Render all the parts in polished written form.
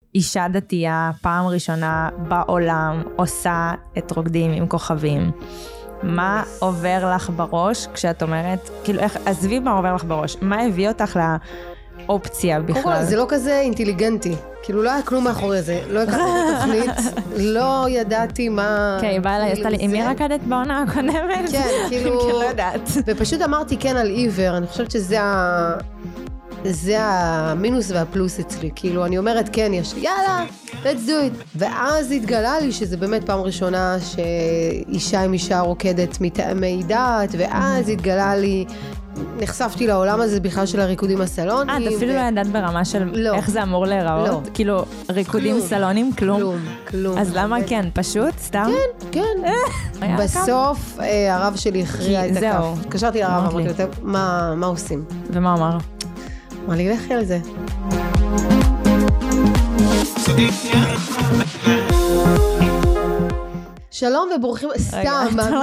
אישה דתייה, פעם ראשונה בעולם, עושה את רוקדים עם כוכבים. מה עובר לך בראש כשאת אומרת, כאילו, עזבי מה עובר לך בראש, מה הביא אותך לאופציה בכלל? קודם כל, זה לא כזה אינטליגנטי, כאילו לא היה כלום מאחורי זה, לא הכרתי את התוכנית, לא ידעתי מה... כן, היא באה אליי, עשתה לי, עם מי רקדת בעונה הקודמת? כן, כאילו... לא יודעת. ופשוט אמרתי כן על עיוור, אני חושבת שזה זה המינוס והפלוס אצלי, כאילו אני אומרת כן, יש יאללה, let's do it. ואז התגלה לי שזה באמת פעם ראשונה שאישה עם אישה רוקדת מטעמי דת, ואז התגלה לי, נחשפתי לעולם הזה בכלל של הריקודים הסלונים. את אפילו לא ידעת ברמה של איך זה אמור להיראות? כאילו ריקודים סלונים, כלום? כלום. אז למה כן? פשוט? סתם? כן. בסוף הרב שלי הכריע את הכף. התקשרתי לרב, אמרתי לו, מה עושים? ומה אמר? אמר לי, לכי על זה. שלום וברוכים, סתם, מה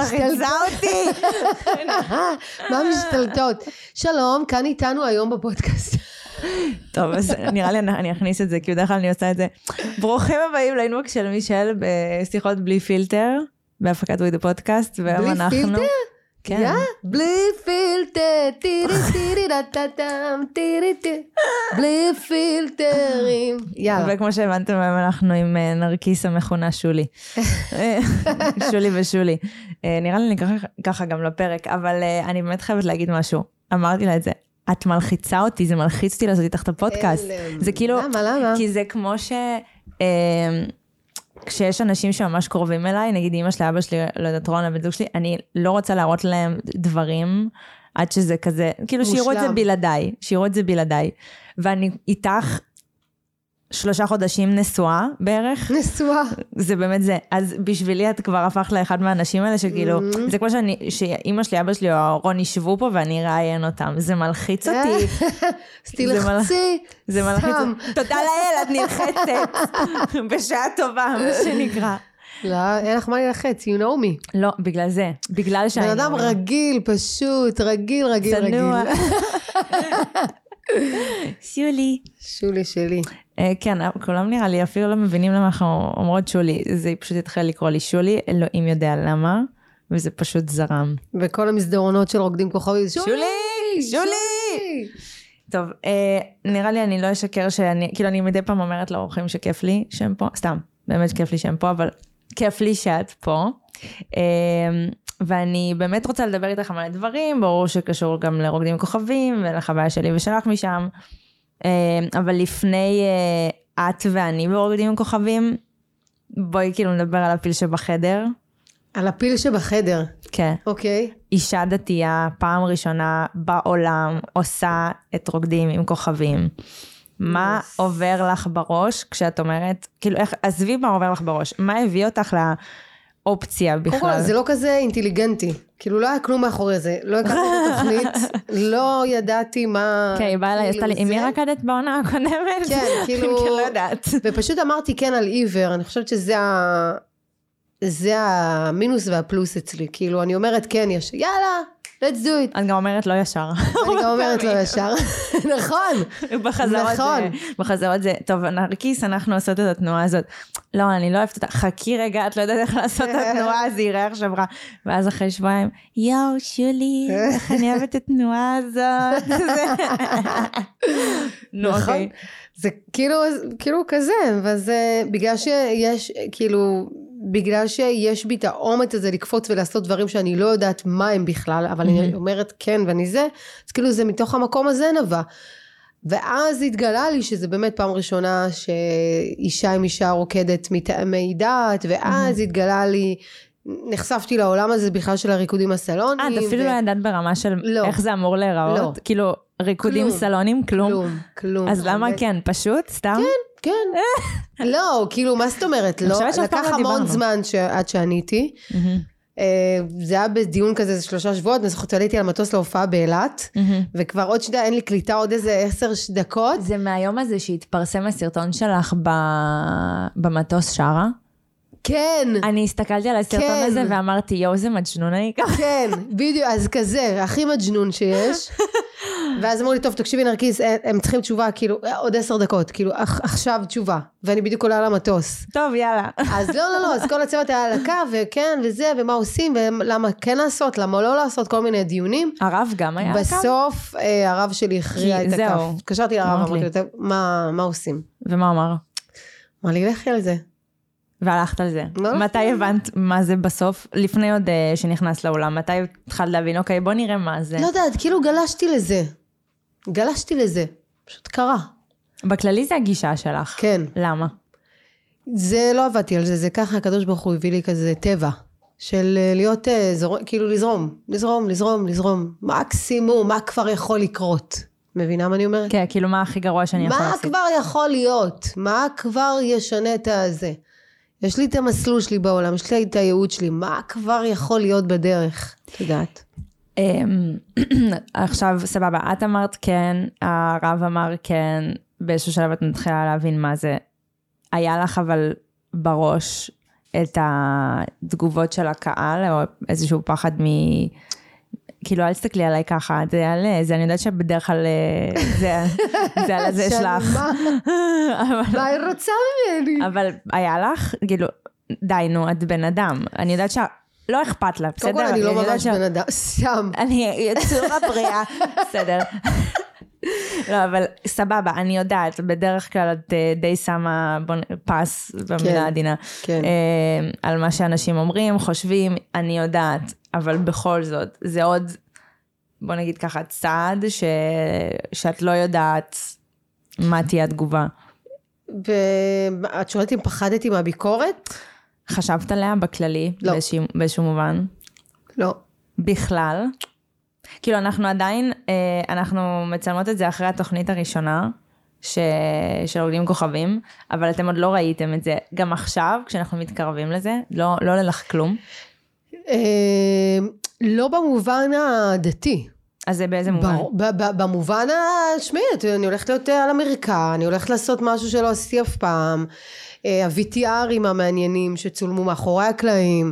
משתלטות? שלום, כאן איתנו היום בפודקאסט. טוב, אז נראה לי אני אכניס את זה, כי בדרך כלל אני עושה את זה. ברוכים הבאים לאינבוק של מישל בשיחות בלי פילטר, בהפקת ווידאו פודקאסט, והיום אנחנו... בלי פילטר? כן. בלי פילטר, בלי פילטרים. יאללה. וכמו שהבנתם, אנחנו עם נרקיס המכונה שולי. שולי ושולי. נראה לי אני ככה גם לפרק, אבל אני באמת חייבת להגיד משהו. אמרתי לה את זה. את מלחיצה אותי, זה מלחיץ אותי לעשות איתך את הפודקאסט. זה כאילו... למה? כי זה כמו ש... כשיש אנשים שממש קרובים אליי, נגיד אמא שלי, אבא שלי, לא יודעת, רון, הבן זוג שלי, אני לא רוצה להראות להם דברים, עד שזה כזה, כאילו שיראו את זה בלעדיי, ואני איתך 3 חודשים נשואה בערך. נשואה. זה באמת זה. אז בשבילי את כבר הפך לאחד מהאנשים האלה שכאילו, זה כמו שאמא שלי, אבא שלי או רון ישבו פה ואני ראיין אותם. זה מלחיץ אותי. תלחצי. זה מלחיץ אותי. תודה לאל, את נלחצת. בשעה טובה, מה שנקרא. לא, אין לך מה ללחץ, you know me. לא, בגלל זה. בגלל שאני... בן אדם רגיל, פשוט, רגיל. צנוע. שולי שלי. כן, כולם נראה לי, אפילו לא מבינים למה אנחנו אומרות שולי, זה פשוט התחיל לקרוא לי שולי, אלוהים יודע למה, וזה פשוט זרם. וכל המסדרונות של רוקדים כוכבים, שולי! טוב, נראה לי אני לא אשקר שאני, כאילו אני מדי פעם אומרת לאורחים שכיף לי שהם פה, סתם, באמת כיף לי שהם פה, אבל כיף לי שאת פה, ואני באמת רוצה לדבר איתך על דברים, ברור שקשור גם לרוקדים כוכבים, ולחוויה שלי ושלך משם, אבל לפני את ואני ברוקדים כוכבים, בואי כאילו נדבר על הפיל שבחדר. על הפיל שבחדר? כן. אוקיי. אישה דתייה, פעם ראשונה בעולם, עושה את רוקדים עם כוכבים. מה עובר לך בראש כשאת אומרת, כאילו עזבי מה עובר לך בראש, מה הביא אותך לאופציה בכלל? קודם כל, זה לא כזה אינטליגנטי. כאילו לא היה כלום מאחורי זה, לא הכרתי את התוכנית, לא ידעתי מה... כן, היא באה אליי, עשתה לי, עם מי רקדת בעונה הקודמת? כן, כאילו... לא יודעת. ופשוט אמרתי כן על עיוור, אני חושבת שזה המינוס והפלוס אצלי, כאילו אני אומרת כן, יש יאללה, let's do it. את גם אומרת לא ישר. אני גם אומרת לא ישר, נכון. בחזרות זה, טוב, נרקיס, אנחנו עושות את התנועה הזאת. לא, אני לא אוהבת אותה, חכי רגע, את לא יודעת איך לעשות את התנועה, אז היא יראה עכשיו רע. ואז אחרי שבועיים, יואו, שולי, איך אני אוהבת את התנועה הזאת. נכון. זה כאילו כזה, וזה בגלל שיש, כאילו, בגלל שיש בי את האומץ הזה לקפוץ ולעשות דברים שאני לא יודעת מה הם בכלל, אבל אני אומרת כן ואני זה, אז כאילו זה מתוך המקום הזה נבע. ואז התגלה לי שזה באמת פעם ראשונה שאישה עם אישה רוקדת מטעמי דת, ואז התגלה לי, נחשפתי לעולם הזה בכלל של הריקודים הסלונים. את אפילו לא ידעת ברמה של איך זה אמור להיראות? כאילו ריקודים סלונים, כלום. אז למה כן? פשוט? סתם? כן. לא, כאילו מה זאת אומרת? לקח המון זמן עד שעניתי. זה היה בדיון כזה 3 שבועות, אני זוכרת עליתי על מטוס להופעה באילת, וכבר עוד שנייה אין לי קליטה עוד איזה 10 דקות. זה מהיום הזה שהתפרסם הסרטון שלך במטוס שרה? כן. אני הסתכלתי על הסרטון הזה ואמרתי, יואו, זה מג'נון אני ככה. כן, בדיוק, אז כזה, הכי מג'נון שיש. ואז אמרו לי, טוב, תקשיבי נרקיס, הם צריכים תשובה, כאילו, עוד 10 דקות, כאילו, עכשיו תשובה, ואני בדיוק עולה למטוס. טוב, יאללה. אז לא, אז כל הצוות היה על הקו, וכן, וזה, ומה עושים, ולמה כן לעשות, למה לא לעשות, כל מיני דיונים. הרב גם היה על הקו? בסוף, הרב שלי הכריע את הקו. קשרתי לרב, אמרתי לו, מה עושים? ומה אמר? אמר לי, לכי על זה. והלכת על זה. מתי הבנת מה זה בסוף? לפני עוד שנכנס לאולם, מתי התחלת להבין, אוקיי, בוא נראה מה זה. לא יודעת, כאילו גלשתי לזה. פשוט קרה. בכללי זה הגישה שלך. כן. למה? זה לא עבדתי על זה, זה ככה הקדוש ברוך הוא הביא לי כזה טבע, של להיות, כאילו לזרום. מקסימום, מה כבר יכול לקרות? מבינה מה אני אומרת? כן, כאילו מה הכי גרוע שאני יכול לעשות? מה כבר יכול להיות? מה כבר ישנה את הזה? יש לי את המסלול שלי בעולם, יש לי את הייעוד שלי, מה כבר יכול להיות בדרך? את יודעת. עכשיו, סבבה, את אמרת כן, הרב אמר כן, באיזשהו שלב את מתחילה להבין מה זה. היה לך אבל בראש את התגובות של הקהל, או איזשהו פחד כאילו, אל תסתכלי עליי ככה, זה אני יודעת שבדרך כלל זה על הזה שלך. מה היא רוצה ממני? אבל היה לך, כאילו, די, נו, את בן אדם. אני יודעת שלא אכפת לה, בסדר? קודם כל, אני לא ממש בן אדם, סתם. אני יצורה בריאה, בסדר. לא, אבל סבבה, אני יודעת, בדרך כלל את די שמה פס במילה העדינה, על מה שאנשים אומרים, חושבים, אני יודעת, אבל בכל זאת, זה עוד, בוא נגיד ככה, צעד שאת לא יודעת מה תהיה התגובה. את שואלת אם פחדתי מהביקורת? חשבת עליה בכללי, לא. באיזשהו מובן? לא. בכלל? כאילו אנחנו עדיין, אנחנו מצלמות את זה אחרי התוכנית הראשונה, של עובדים כוכבים, אבל אתם עוד לא ראיתם את זה. גם עכשיו, כשאנחנו מתקרבים לזה, לא ללך כלום. לא במובן הדתי. אז זה באיזה מובן? במובן השמית, אני הולכת להיות על אמריקה, אני הולכת לעשות משהו שלא עשיתי אף פעם, ה-VTRים המעניינים שצולמו מאחורי הקלעים,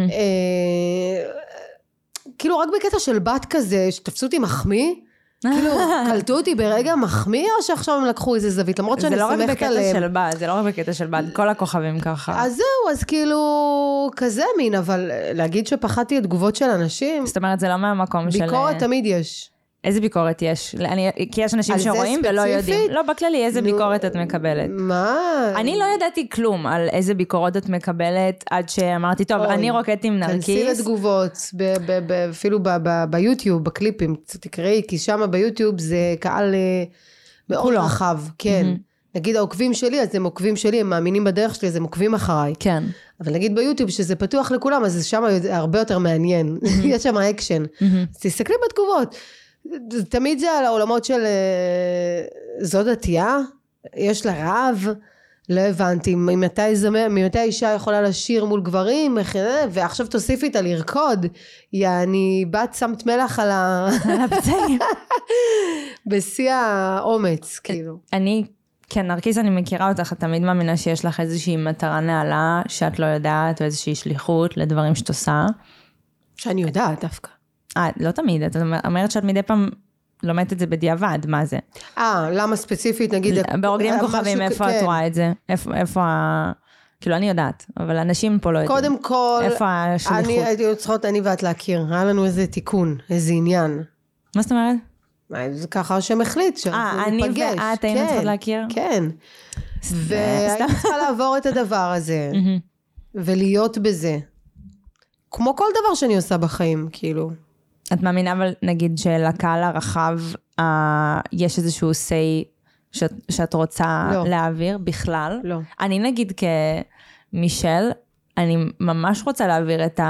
כאילו רק בקטע של בת כזה, שתפסו אותי מחמיא, כאילו קלטו אותי ברגע מחמיא, או שעכשיו הם לקחו איזה זווית, למרות שאני סמכת עליהם. זה לא רק בקטע של בת, כל הכוכבים ככה. אז זהו, אז כאילו כזה מין, אבל להגיד שפחדתי את תגובות של אנשים, זאת אומרת, זה לא מהמקום של... ביקורת תמיד יש. איזה ביקורת יש? כי יש אנשים שרואים ולא יודעים. לא, בכללי, איזה ביקורת את מקבלת? מה? אני לא ידעתי כלום על איזה ביקורות את מקבלת, עד שאמרתי, טוב, אני רוקדת עם נרקיס. תנסי לתגובות, אפילו ביוטיוב, בקליפים, תקראי, כי שם ביוטיוב זה קהל מאוד רחב, כן. נגיד העוקבים שלי, אז הם עוקבים שלי, הם מאמינים בדרך שלי, אז הם עוקבים אחריי. כן. אבל נגיד ביוטיוב שזה פתוח לכולם, אז שם הרבה יותר מעניין. יש שם אקשן. אז תסתכלי בתגובות. תמיד זה על העולמות של זו דתייה, יש לה רב, לא הבנתי, ממתי אישה יכולה לשיר מול גברים, ועכשיו תוסיפי את לרקוד, אני בת שמת מלח על הפצעים, בשיא האומץ, כאילו. אני, כן, נרקיס, אני מכירה אותך, את תמיד מאמינה שיש לך איזושהי מטרה נעלה, שאת לא יודעת, או איזושהי שליחות לדברים שאת עושה. שאני יודעת דווקא. לא תמיד, את אומרת שאת מדי פעם לומדת את זה בדיעבד, מה זה? למה ספציפית, נגיד... ברוקדים כוכבים, איפה את רואה את זה? איפה כאילו, אני יודעת, אבל אנשים פה לא יודעים. קודם כל, איפה השליחות? הייתי צריכות אני ואת להכיר, היה לנו איזה תיקון, איזה עניין. מה זאת אומרת? זה ככה שמחליט, אני ואת היינו צריכות להכיר? כן. והייתי צריכה לעבור את הדבר הזה, ולהיות בזה. כמו כל דבר שאני עושה בחיים, כאילו. את מאמינה, אבל נגיד שלקהל הרחב, יש איזשהו say שאת רוצה להעביר בכלל? לא. אני נגיד כמישל, אני ממש רוצה להעביר את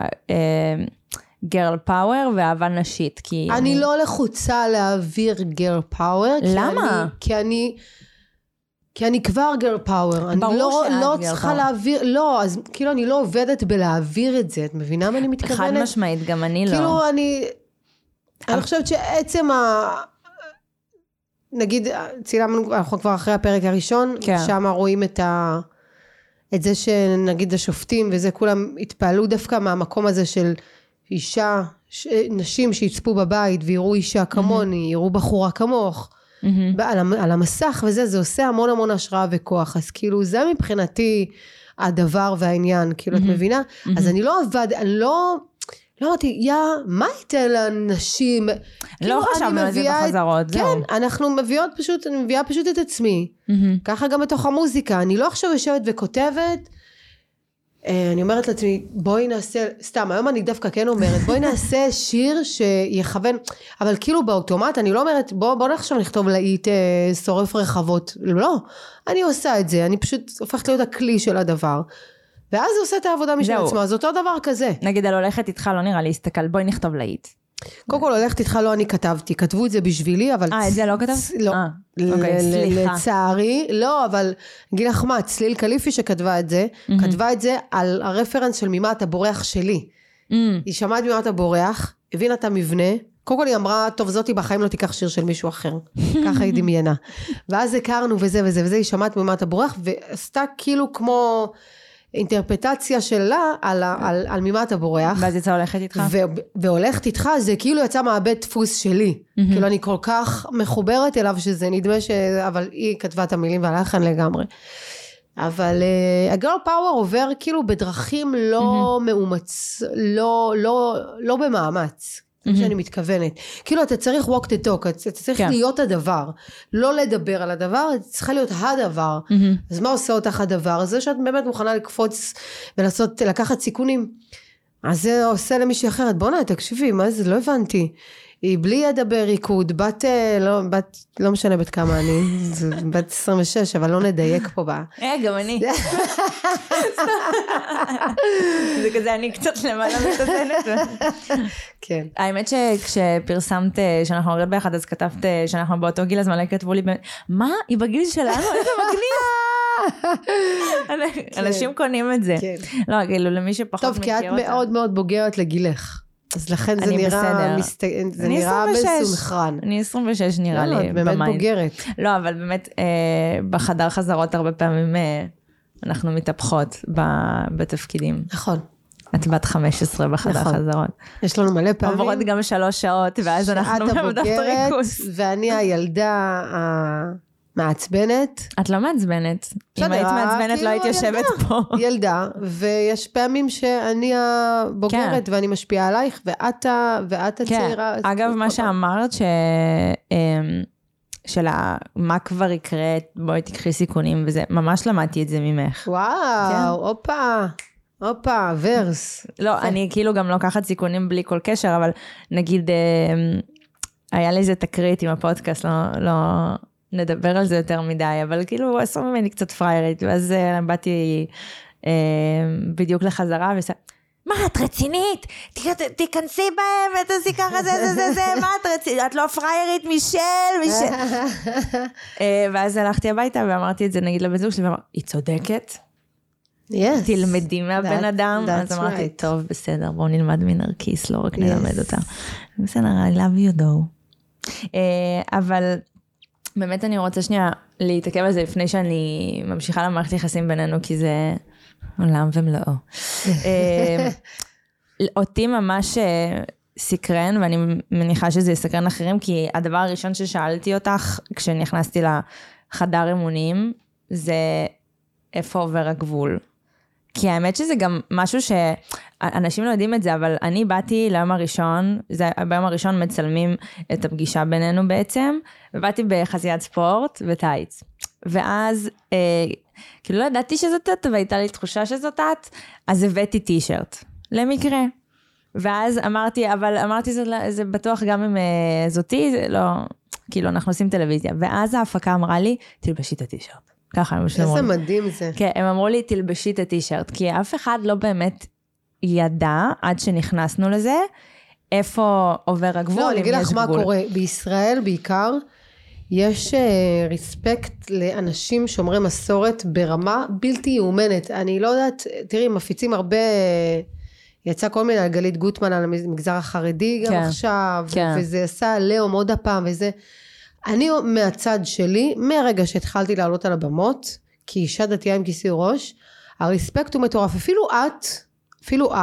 girl power ואהבה נשית, כי... אני לא לחוצה להעביר girl power. למה? כי אני כבר גרל פאוור, אני לא צריכה להעביר, לא, אז כאילו אני לא עובדת בלהעביר את זה, את מבינה מה אני מתכוונת? חד משמעית, גם אני לא. כאילו אני חושבת שעצם נגיד, צילמנו, אנחנו כבר אחרי הפרק הראשון, שם רואים את זה שנגיד השופטים וזה, כולם התפעלו דווקא מהמקום הזה של אישה נשים שיצפו בבית ויראו אישה כמוני, יראו בחורה כמוך, על המסך וזה, זה עושה המון המון השראה וכוח, אז כאילו זה מבחינתי הדבר והעניין, כאילו את מבינה? אז אני לא לא אמרתי, מה ייתן לאנשים? לא חשבנו על זה בחזרות, זהו. כן, אנחנו מביאות פשוט, אני מביאה פשוט את עצמי. ככה גם בתוך המוזיקה, אני לא עכשיו יושבת וכותבת, אני אומרת לעצמי, בואי נעשה, סתם, היום אני דווקא כן אומרת, בואי נעשה שיר שיכוון, אבל כאילו באוטומט, אני לא אומרת, בוא נחשוב נכתוב להיט שורף רחבות, לא, אני עושה את זה, אני פשוט הופכת להיות הכלי של הדבר, ואז זה עושה את העבודה משל עצמו, אז אותו דבר כזה. נגיד על הולכת איתך לא נראה להסתכל, בואי נכתוב להיט. קודם כל הולכת איתך לא אני כתבתי, כתבו את זה בשבילי, אבל... את זה לא כתבת? לא. אוקיי, סליחה. לצערי, לא, אבל אגיד לך מה, צליל קליפי שכתבה את זה, כתבה את זה על הרפרנס של ממה אתה בורח שלי. היא שמעת ממה אתה בורח, הבינה את המבנה, קודם כל היא אמרה, טוב זאתי בחיים לא תיקח שיר של מישהו אחר. ככה היא דמיינה. ואז הכרנו וזה וזה וזה, היא שמעת ממה אתה בורח, ועשתה כאילו כמו... אינטרפטציה שלה על ממה אתה בורח. ואז יצא הולכת איתך. והולכת איתך, זה כאילו יצא מהבית דפוס שלי. כאילו אני כל כך מחוברת אליו שזה נדמה אבל היא כתבה את המילים והלחן לגמרי. אבל הגרל פאוור עובר כאילו בדרכים לא מאומץ, לא במאמץ. זה מה שאני מתכוונת. כאילו אתה צריך walk the talk, אתה צריך להיות הדבר, לא לדבר על הדבר, אתה צריכה להיות הדבר. אז מה עושה אותך הדבר? זה שאת באמת מוכנה לקפוץ לקחת סיכונים. אז זה עושה למישהי אחרת. בוא נה, תקשיבי, מה זה? לא הבנתי. היא בלי ידע בריקוד, לא משנה בת כמה אני, בת 26, אבל לא נדייק פה בה. גם אני. זה כזה, אני קצת למעלה מתעצנת. כן. האמת שכשפרסמת שאנחנו הולכת ביחד, אז כתבת שאנחנו באותו גיל, אז מלא כתבו לי, מה? היא בגיל שלנו? איזה מגניב! אנשים קונים את זה. לא, כאילו, למי שפחות מכיר אותה. טוב, כי את מאוד מאוד בוגרת לגילך. אז לכן זה נראה בסונכרן. אני 26 נראה לי. את באמת בוגרת. לא, אבל באמת בחדר חזרות הרבה פעמים אנחנו מתהפכות בתפקידים. נכון. את בת 15 בחדר חזרות. יש לנו מלא פעמים. עוברות גם 3 שעות, ואז אנחנו במדף ריקוס. ואני הילדה מעצבנת. את לא מעצבנת. אם היית מעצבנת לא היית יושבת פה. ילדה, ויש פעמים שאני הבוגרת ואני משפיעה עלייך, ואת הצעירה. אגב, מה שאמרת מה כבר יקרה, בואי תקחי סיכונים וזה, ממש למדתי את זה ממך. וואו, הופה, ורס. לא, אני כאילו גם לוקחת סיכונים בלי כל קשר, אבל נגיד, היה לי איזה תקרית עם הפודקאסט, לא נדבר על זה יותר מדי, אבל כאילו עשו ממני קצת פריירית, ואז באתי בדיוק לחזרה, מה, את רצינית? תיכנסי בהם, תעשי ככה, זה, מה את רצינית? את לא פריירית, מישל. ואז הלכתי הביתה, ואמרתי את זה נגיד לבן זוג שלי, ואמר, היא צודקת? תלמדי מהבן אדם. אז אמרתי, טוב, בסדר, בואו נלמד מנרקיס, לא רק נלמד אותה. בסדר, I love you though. אבל באמת אני רוצה שנייה להתעכב על זה לפני שאני ממשיכה למערכת יחסים בינינו, כי זה עולם ומלואו. אותי ממש סקרן, ואני מניחה שזה יסקרן אחרים, כי הדבר הראשון ששאלתי אותך, כשנכנסתי לחדר אמונים, זה איפה עובר הגבול. כי האמת שזה גם משהו שאנשים לא יודעים את זה, אבל אני באתי ליום הראשון, ביום הראשון מצלמים את הפגישה בינינו בעצם, ובאתי בחזיית ספורט וטייץ. ואז, כאילו לא ידעתי שזאת את, והייתה לי תחושה שזאת את, אז הבאתי טישרט, למקרה. ואז אמרתי, זה בטוח גם אם זאתי, זה לא, כאילו אנחנו עושים טלוויזיה. ואז ההפקה אמרה לי, תלבשי את הטישרט. ככה, איזה מדהים זה. כן, הם אמרו לי, תלבשי את הטישרט, כי אף אחד לא באמת ידע, עד שנכנסנו לזה, איפה עובר הגבול, לא, אני אגיד לך מה קורה, בישראל בעיקר, יש ריספקט לאנשים שומרי מסורת ברמה בלתי יאומנת. אני לא יודעת, תראי, מפיצים הרבה, יצא כל מיני על גלית גוטמן על המגזר החרדי גם עכשיו, וזה עשה לאום עוד הפעם, וזה... אני מהצד שלי, מהרגע שהתחלתי לעלות על הבמות, כי אישה דתייה עם כיסוי ראש, הריספקט הוא מטורף. אפילו את,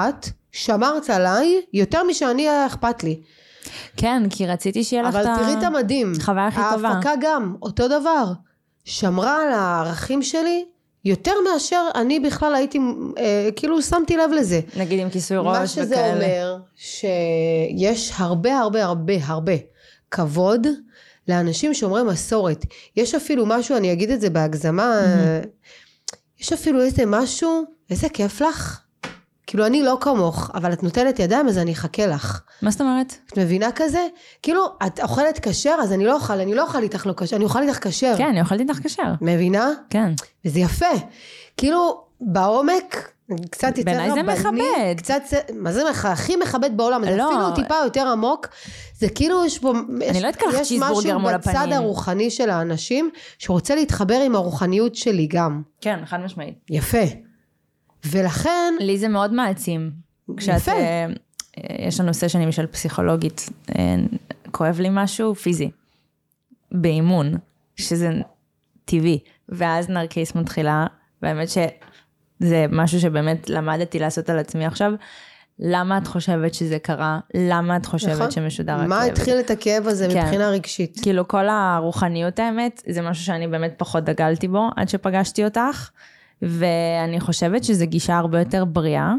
שמרת עליי יותר משאני היה אכפת לי. כן, כי רציתי שיהיה לך אבל תראי את המדהים. חוויה הכי טובה. ההפקה גם, אותו דבר. שמרה על הערכים שלי, יותר מאשר אני בכלל הייתי, כאילו שמתי לב לזה. נגיד עם כיסוי ראש וכאלה. מה שזה אומר, שיש הרבה כבוד לאנשים שאומרים מסורת. יש אפילו משהו, אני אגיד את זה בהגזמה, יש אפילו איזה משהו, איזה כיף לך. כאילו אני לא כמוך, אבל את נותנת ידיים, אז אני אחכה לך. מה זאת אומרת? את מבינה כזה? כאילו, את אוכלת כשר, אז אני לא אוכל איתך לא כשר, אני אוכל איתך כשר. כן, אני אוכלת איתך כשר. מבינה? כן. וזה יפה. כאילו, בעומק, קצת יותר בעיניי זה מכבד. קצת, מה זה הכי מכבד בעולם, זה לא. אפילו טיפה יותר עמוק, זה כאילו יש פה, אני לא אתקלח צ'יזבורגר מול הפנים. יש משהו בצד הרוחני של האנשים, שרוצה להתחבר עם הרוחניות שלי גם. כן, חד משמעית. יפה. ולכן... לי זה מאוד מעצים. יפה. יש לנו סשנים של פסיכולוגית, כואב לי משהו פיזי, באימון, שזה טבעי, ואז נרקיס מתחילה, והאמת שזה משהו שבאמת למדתי לעשות על עצמי עכשיו, למה את חושבת שזה קרה? למה את חושבת שמשודר הכאב? מה התחיל את הכאב הזה מבחינה רגשית? כאילו כל הרוחניות האמת, זה משהו שאני באמת פחות דגלתי בו, עד שפגשתי אותך, ואני חושבת שזה גישה הרבה יותר בריאה,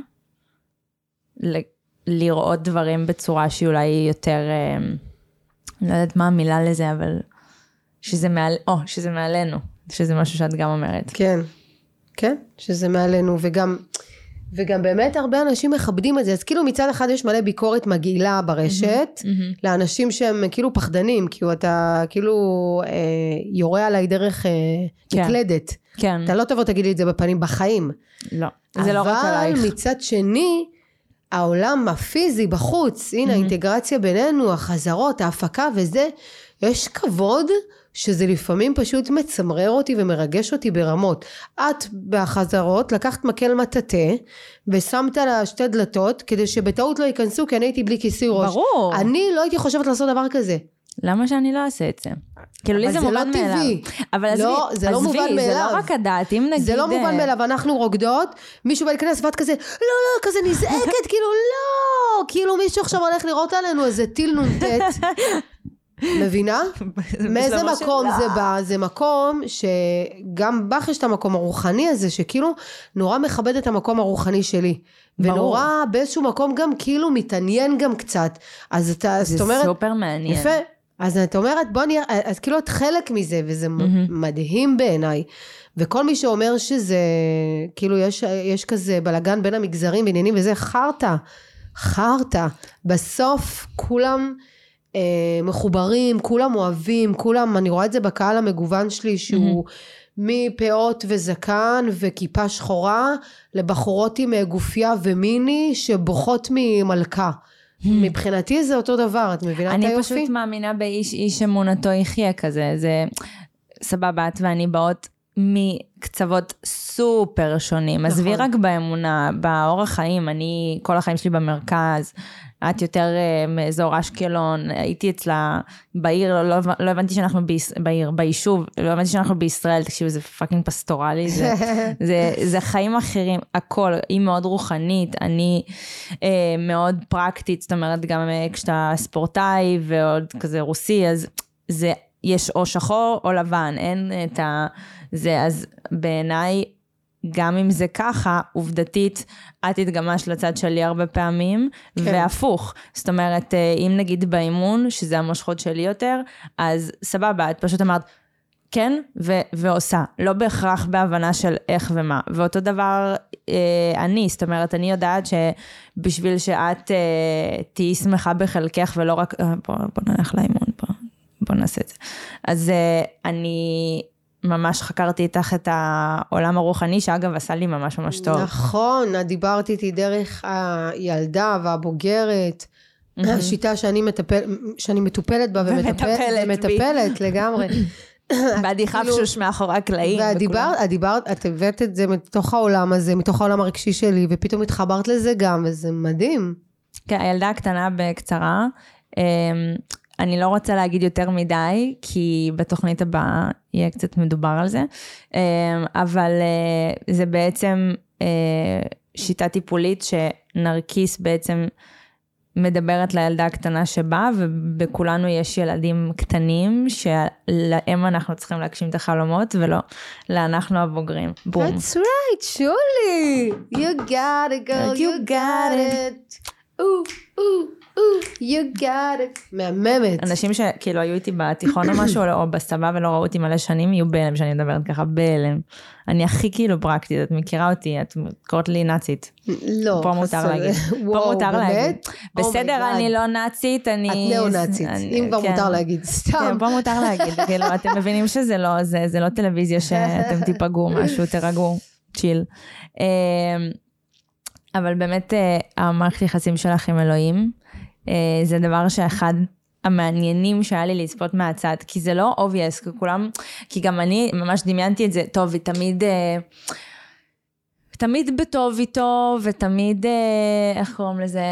לראות דברים בצורה שהיא אולי יותר, לא יודעת מה המילה לזה, אבל שזה מעלינו, שזה משהו שאת גם אומרת. כן, כן, שזה מעלינו, וגם באמת הרבה אנשים מכבדים את זה, אז כאילו מצד אחד יש מלא ביקורת מגעילה ברשת, לאנשים שהם כאילו פחדנים, כי אתה כאילו יורה עליי דרך מקלדת. כן. אתה לא תבוא תגיד לי את זה בפנים בחיים. לא, זה לא רק עלייך. אבל מצד שני, העולם הפיזי בחוץ, הנה האינטגרציה בינינו, החזרות, ההפקה וזה, יש כבוד שזה לפעמים פשוט מצמרר אותי ומרגש אותי ברמות. את בחזרות לקחת מקל מטאטה ושמת לה שתי דלתות כדי שבטעות לא ייכנסו כי אני הייתי בלי כיסוי ראש. ברור. אני לא הייתי חושבת לעשות דבר כזה. למה שאני לא אעשה את זה? כאילו לי זה מובן מאליו. אבל עזבי, זה לא מובן מאליו. זה לא רק הדעת, אם נגיד... זה לא מובן מאליו, אנחנו רוקדות, מישהו בא להיכנס ואת כזה, לא, כזה נזעקת, כאילו לא, כאילו מישהו עכשיו הולך לראות עלינו איזה טיל נונטט. מבינה? מאיזה מקום זה בא? זה מקום שגם בך יש את המקום הרוחני הזה, שכאילו נורא מכבד את המקום הרוחני שלי. ונורא באיזשהו מקום גם כאילו מתעניין גם קצת. אז אתה, זה סופר מעניין. יפה. אז את אומרת, בוא נראה, אז כאילו את חלק מזה, וזה מדהים בעיניי. וכל מי שאומר שזה, כאילו יש כזה בלגן בין המגזרים ועניינים, וזה חרטה. בסוף כולם מחוברים, כולם אוהבים, כולם, אני רואה את זה בקהל המגוון שלי, שהוא מפאות וזקן וכיפה שחורה, לבחורות עם גופיה ומיני, שבוכות ממלכה. מבחינתי זה אותו דבר, את מבינה את היופי? אני פשוט מאמינה באיש, איש אמונתו יחיה כזה, זה סבבה, את ואני באות מקצוות סופר שונים, אז וי רק באמונה, באורח חיים, אני כל החיים שלי במרכז, את יותר מאזור אשקלון, הייתי אצלה בעיר, לא הבנתי שאנחנו ביישוב, לא הבנתי שאנחנו בישראל, תקשיבו, זה פאקינג פסטורלי, זה חיים אחרים, הכל, היא מאוד רוחנית, אני מאוד פרקטית, זאת אומרת, גם כשאתה ספורטאי ועוד כזה רוסי, אז זה, יש או שחור או לבן, אין את זה, אז בעיניי, גם אם זה ככה, עובדתית, את התגמש לצד שלי הרבה פעמים, כן. והפוך. זאת אומרת, אם נגיד באימון, שזה המושכות שלי יותר, אז סבבה, את פשוט אמרת, כן, ועושה. לא בהכרח בהבנה של איך ומה. ואותו דבר אני, זאת אומרת, אני יודעת שבשביל שאת תהי שמחה בחלקך, ולא רק, בוא נלך לאימון, בוא נעשה את זה. אז אני... ממש חקרתי איתך את העולם הרוחני, שאגב עשה לי ממש ממש טוב. נכון, את דיברת איתי דרך הילדה והבוגרת, השיטה שאני מטופלת בה ומטפלת לגמרי. ועדי חפשוש מאחורי הקלעים. את הבאת את זה מתוך העולם הזה, מתוך העולם הרגשי שלי, ופתאום התחברת לזה גם, וזה מדהים. כן, הילדה הקטנה בקצרה, אני לא רוצה להגיד יותר מדי, כי בתוכנית הבאה יהיה קצת מדובר על זה, אבל זה בעצם שיטה טיפולית נרקיס בעצם מדברת לילדה הקטנה שבאה, ובכולנו יש ילדים קטנים, שלהם אנחנו צריכים להגשים את החלומות, ולא לאנחנו הבוגרים. בום. That's right, שולי. You got it, girl, you got it. You got it. מהממת. אנשים שכאילו היו איתי בתיכון או משהו, או בסבא ולא ראו אותי מלא שנים, יהיו בהלם שאני מדברת ככה, בהלם. אני הכי כאילו פרקטית, את מכירה אותי, את קוראת לי נאצית. לא. פה מותר להגיד. פה מותר להגיד. בסדר, אני לא נאצית, אני... את נאו-נאצית, אם כבר מותר להגיד, סתם. כן, פה מותר להגיד, כאילו, אתם מבינים שזה לא, זה לא טלוויזיה שאתם תיפגעו משהו, תרגעו, צ'יל. אבל באמת, המערכת יחסים שלך עם אלוהים, זה דבר שאחד המעניינים שהיה לי לצפות מהצד, כי זה לא obvious, כי גם אני ממש דמיינתי את זה, טוב, היא תמיד בטוב איתו, ותמיד, איך קוראים לזה,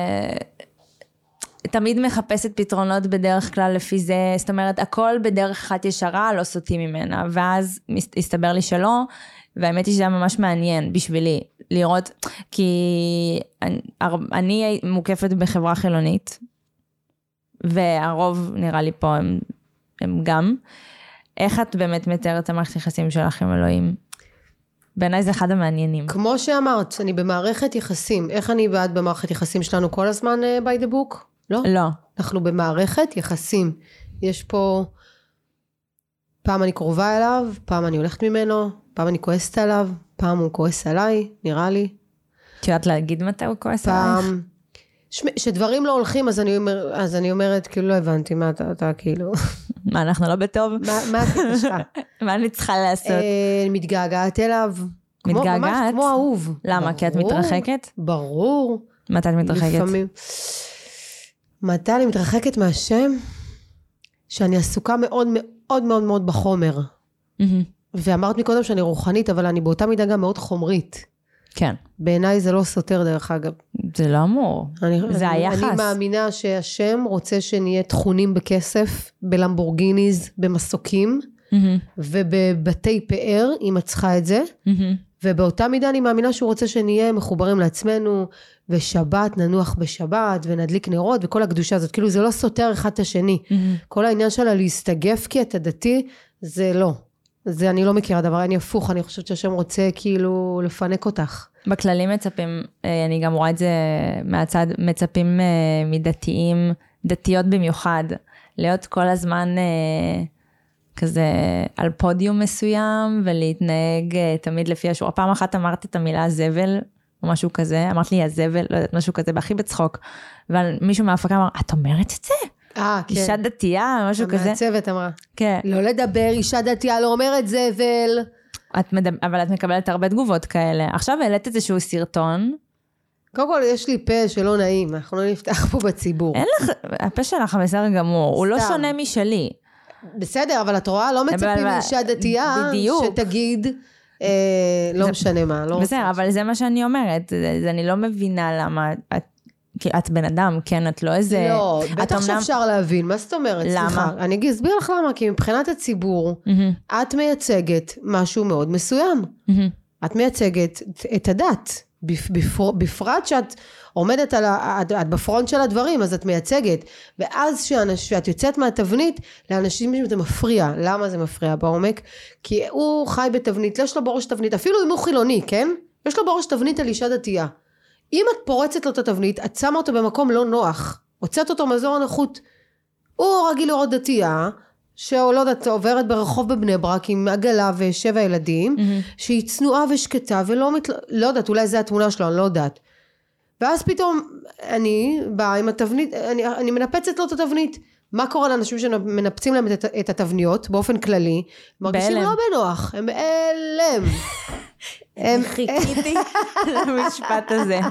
תמיד מחפשת פתרונות בדרך כלל לפי זה, זאת אומרת, הכל בדרך אחת ישרה, לא סוטים ממנה, ואז הסתבר לי שלא, והאמת היא שזה היה ממש מעניין בשבילי, לראות, כי אני מוקפת בחברה חילונית, והרוב נראה לי פה הם גם. איך את באמת מתארת את המערכת יחסים שלך עם אלוהים? בעיניי זה אחד המעניינים. כמו שאמרת, אני במערכת יחסים. איך אני בעד במערכת יחסים שלנו כל הזמן by the book? לא? לא. אנחנו במערכת יחסים. יש פה, פעם אני קרובה אליו, פעם אני הולכת ממנו, פעם אני כועסת עליו, פעם הוא כועס עליי, נראה לי. את יודעת להגיד מתי הוא כועס עלייך? שדברים לא הולכים, אז אני אומרת, כאילו לא הבנתי, מה אתה כאילו... מה, אנחנו לא בטוב? מה הקטע שלך? מה אני צריכה לעשות? מתגעגעת אליו. מתגעגעת? ממש כמו אהוב. למה? כי את מתרחקת? ברור. מתי את מתרחקת? לפעמים. מתי אני מתרחקת מהשם? שאני עסוקה מאוד מאוד מאוד מאוד בחומר. ואמרת מקודם שאני רוחנית, אבל אני באותה מידה גם מאוד חומרית. כן. בעיניי זה לא סותר דרך אגב. זה לא אמור. זה היחס. אני מאמינה שהשם רוצה שנהיה תכונים בכסף, בלמבורגיניז, במסוקים, ובבתי פאר, אם את צריכה את זה. ובאותה מידה אני מאמינה שהוא רוצה שנהיה מחוברים לעצמנו, ושבת, ננוח בשבת, ונדליק נרות, וכל הקדושה הזאת. כאילו זה לא סותר אחד את השני. כל העניין שלה להסתגף כי אתה דתי, זה לא. זה אני לא מכירה דבר, אני הפוך, אני חושבת שהשם רוצה כאילו לפנק אותך. בכללים מצפים, אני גם רואה את זה מהצד, מצפים מדתיים, דתיות במיוחד, להיות כל הזמן כזה על פודיום מסוים, ולהתנהג תמיד לפי השורה. פעם אחת אמרת את המילה זבל, או משהו כזה, אמרת לי הזבל, לא יודעת, משהו כזה, בהכי בצחוק, אבל מישהו מההפקה אמר, את אומרת את זה? כן. אישה דתייה, משהו כזה. המעצבת אמרה. כן. לא לדבר, אישה דתייה לא אומרת זבל. אבל את מקבלת הרבה תגובות כאלה. עכשיו העלית איזשהו סרטון. קודם כל יש לי פה שלא נעים, אנחנו לא נפתח פה בציבור. אין לך, הפה שלך בסדר גמור, הוא לא שונה משלי. בסדר, אבל את רואה, לא מצפים אישה דתייה שתגיד, לא משנה מה. בסדר, אבל זה מה שאני אומרת, אני לא מבינה למה את בן אדם, כן, את לא איזה... לא, בטח שאפשר להבין, מה זאת אומרת? למה? אני אסביר לך למה, כי מבחינת הציבור, את מייצגת משהו מאוד מסוים. את מייצגת את הדת, בפרט שאת עומדת את בפרונט של הדברים, אז את מייצגת, ואז שאת יוצאת מהתבנית, לאנשים זה מפריע. למה זה מפריע בעומק? כי הוא חי בתבנית, יש לו בראש תבנית, אפילו אם הוא חילוני, כן? יש לו בראש תבנית על אישה דתייה. אם את פורצת לו את התבנית, את שמה אותו במקום לא נוח, הוצאת אותו מאזור הנוחות, הוא רגיל לראות דתייה, שלא יודעת, עוברת ברחוב בבני ברק עם עגלה ו7 ילדים, שהיא צנועה ושקטה, לא יודעת, אולי זה התמונה שלו, אני לא יודעת. ואז פתאום אני באה עם התבנית, אני מנפצת לו את התבנית. מה קורה לאנשים שמנפצים להם את התבניות, באופן כללי? מרגישים לא בנוח, הם בהלם. חיכיתי למשפט הזה.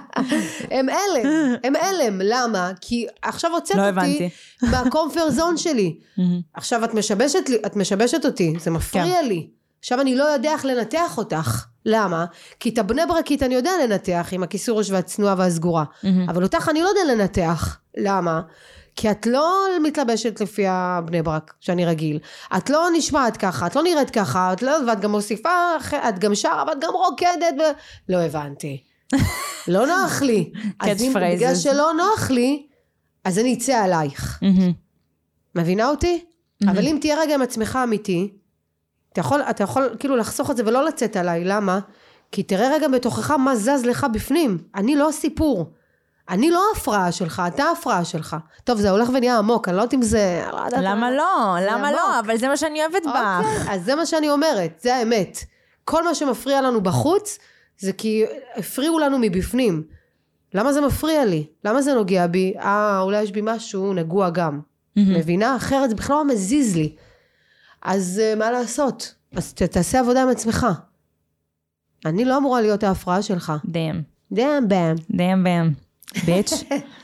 הם אלם, למה? כי עכשיו הוצאת אותי מהקומפרט זון שלי. עכשיו את משבשת אותי, זה מפריע לי. עכשיו אני לא יודע איך לנתח אותך. למה? כי את הבני ברקית אני יודע לנתח עם הכיסור ראש והצנועה והסגורה. אבל אותך אני לא יודע לנתח. למה? כי את לא מתלבשת לפי הבני ברק שאני רגיל. את לא נשמעת ככה, את לא נראית ככה, ואת גם מוסיפה, את גם שרה, ואת גם רוקדת. לא הבנתי. לא נוח לי. אז אם בגלל שלא נוח לי, אז אני אצא עלייך. מבינה אותי? אבל אם תהיה רגע עם עצמך אמיתי, אתה יכול כאילו לחסוך את זה ולא לצאת עליי. למה? כי תראה רגע בתוכך מה זז לך בפנים. אני לא הסיפור. אני לא ההפרעה שלך, אתה ההפרעה שלך. טוב, זה הולך ונהיה עמוק, אני לא יודעת אם זה... למה לא? למה לא? אבל זה מה שאני אוהבת בה. אז זה מה שאני אומרת, זה האמת. כל מה שמפריע לנו בחוץ, זה כי הפריעו לנו מבפנים. למה זה מפריע לי? למה זה נוגע בי? אולי יש בי משהו נגוע גם. מבינה? אחרת זה בכלל לא מזיז לי. אז מה לעשות? אז תעשה עבודה עם עצמך. אני לא אמורה להיות ההפרעה שלך. damn. ביץ'.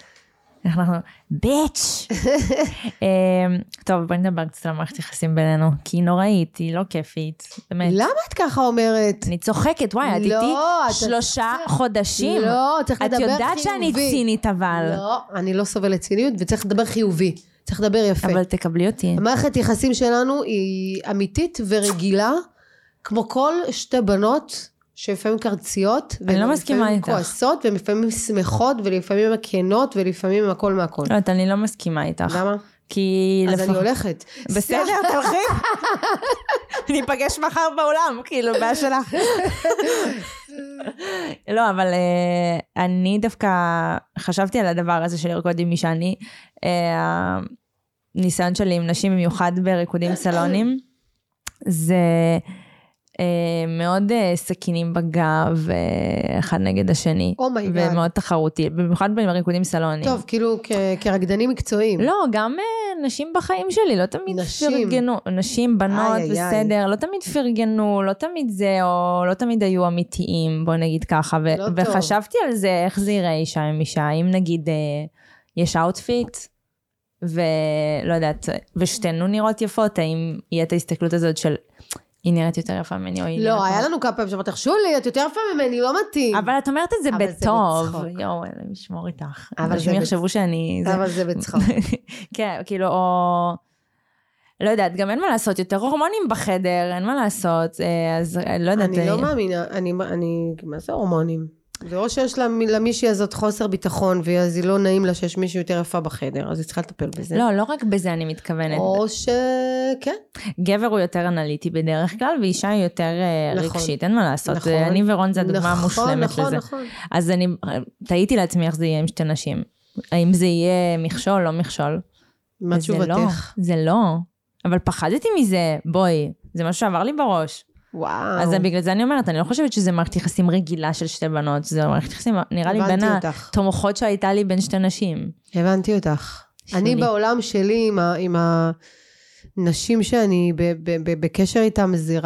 ביץ'. טוב, בואי נדבר קצת על מערכת יחסים בינינו, כי היא נוראית, היא לא כיפית. למה את ככה אומרת? אני צוחקת, וואי, את איתי 3 חודשים. לא, צריך לדבר חיובי. את יודעת שאני צינית אבל. לא, אני לא סובלת ציניות, וצריך לדבר חיובי. צריך לדבר יפה. אבל תקבלי אותי. המערכת יחסים שלנו היא אמיתית ורגילה, כמו כל שתי בנות, שלפעמים קרציות, אני לא מסכימה איתך. כועסות, ולפעמים שמחות, ולפעמים מקנות, ולפעמים הכל מהכל. לא, אני לא מסכימה איתך. למה? כי... אז אני הולכת. בסדר, תלכי. אני אפגש מחר בעולם, כאילו, בעיה שלך. לא, אבל אני דווקא חשבתי על הדבר הזה של לרקוד עם מי שאני, הניסיון שלי עם נשים, במיוחד בריקודים סלונים, זה... מאוד סכינים בגב, אחד נגד השני. ומאוד תחרותי, במיוחד בריקודים סלונים. טוב, כאילו כרקדנים מקצועיים. לא, גם נשים בחיים שלי, לא תמיד פרגנו. נשים, בנות, בסדר, לא תמיד פרגנו, לא תמיד זה, או לא תמיד היו אמיתיים, בוא נגיד ככה. וחשבתי על זה, איך זה יראה אישה עם אישה, אם נגיד יש אאוטפיט, ולא יודעת, ושתינו נראות יפות, האם יהיה את ההסתכלות הזאת של... היא נראית יותר יפה ממני, או היא נראית... לא, היה לנו כמה פעמים שאמרת, שולי, את יותר יפה ממני, לא מתאים. אבל את אומרת את זה בטוב. יואו, אני משמור איתך. אנשים יחשבו שאני... אבל זה בצחוק. כן, כאילו, או... לא יודעת, גם אין מה לעשות, יותר הורמונים בחדר, אין מה לעשות, אז לא יודעת... אני לא מאמינה, מה זה הורמונים? זה או שיש למישהי הזאת חוסר ביטחון, ואז היא לא נעים לה שיש מישהי יותר יפה בחדר, אז היא צריכה לטפל בזה. לא, לא רק בזה אני מתכוונת. או שכן. גבר הוא יותר אנליטי בדרך כלל, ואישה היא יותר רגשית, אין מה לעשות. אני ורון זה הדוגמה המושלמת לזה. אז אני תהיתי לעצמי איך זה יהיה עם שתי נשים. האם זה יהיה מכשול, לא מכשול? מה תשובתך? זה לא. אבל פחדתי מזה, בואי, זה משהו שעבר לי בראש. וואו. אז בגלל זה אני אומרת, אני לא חושבת שזה מערכת יחסים רגילה של שתי בנות, זה מערכת יחסים, נראה לי בין התומכות שהייתה לי בין שתי נשים. הבנתי אותך. אני בעולם שלי עם הנשים שאני בקשר איתם, זה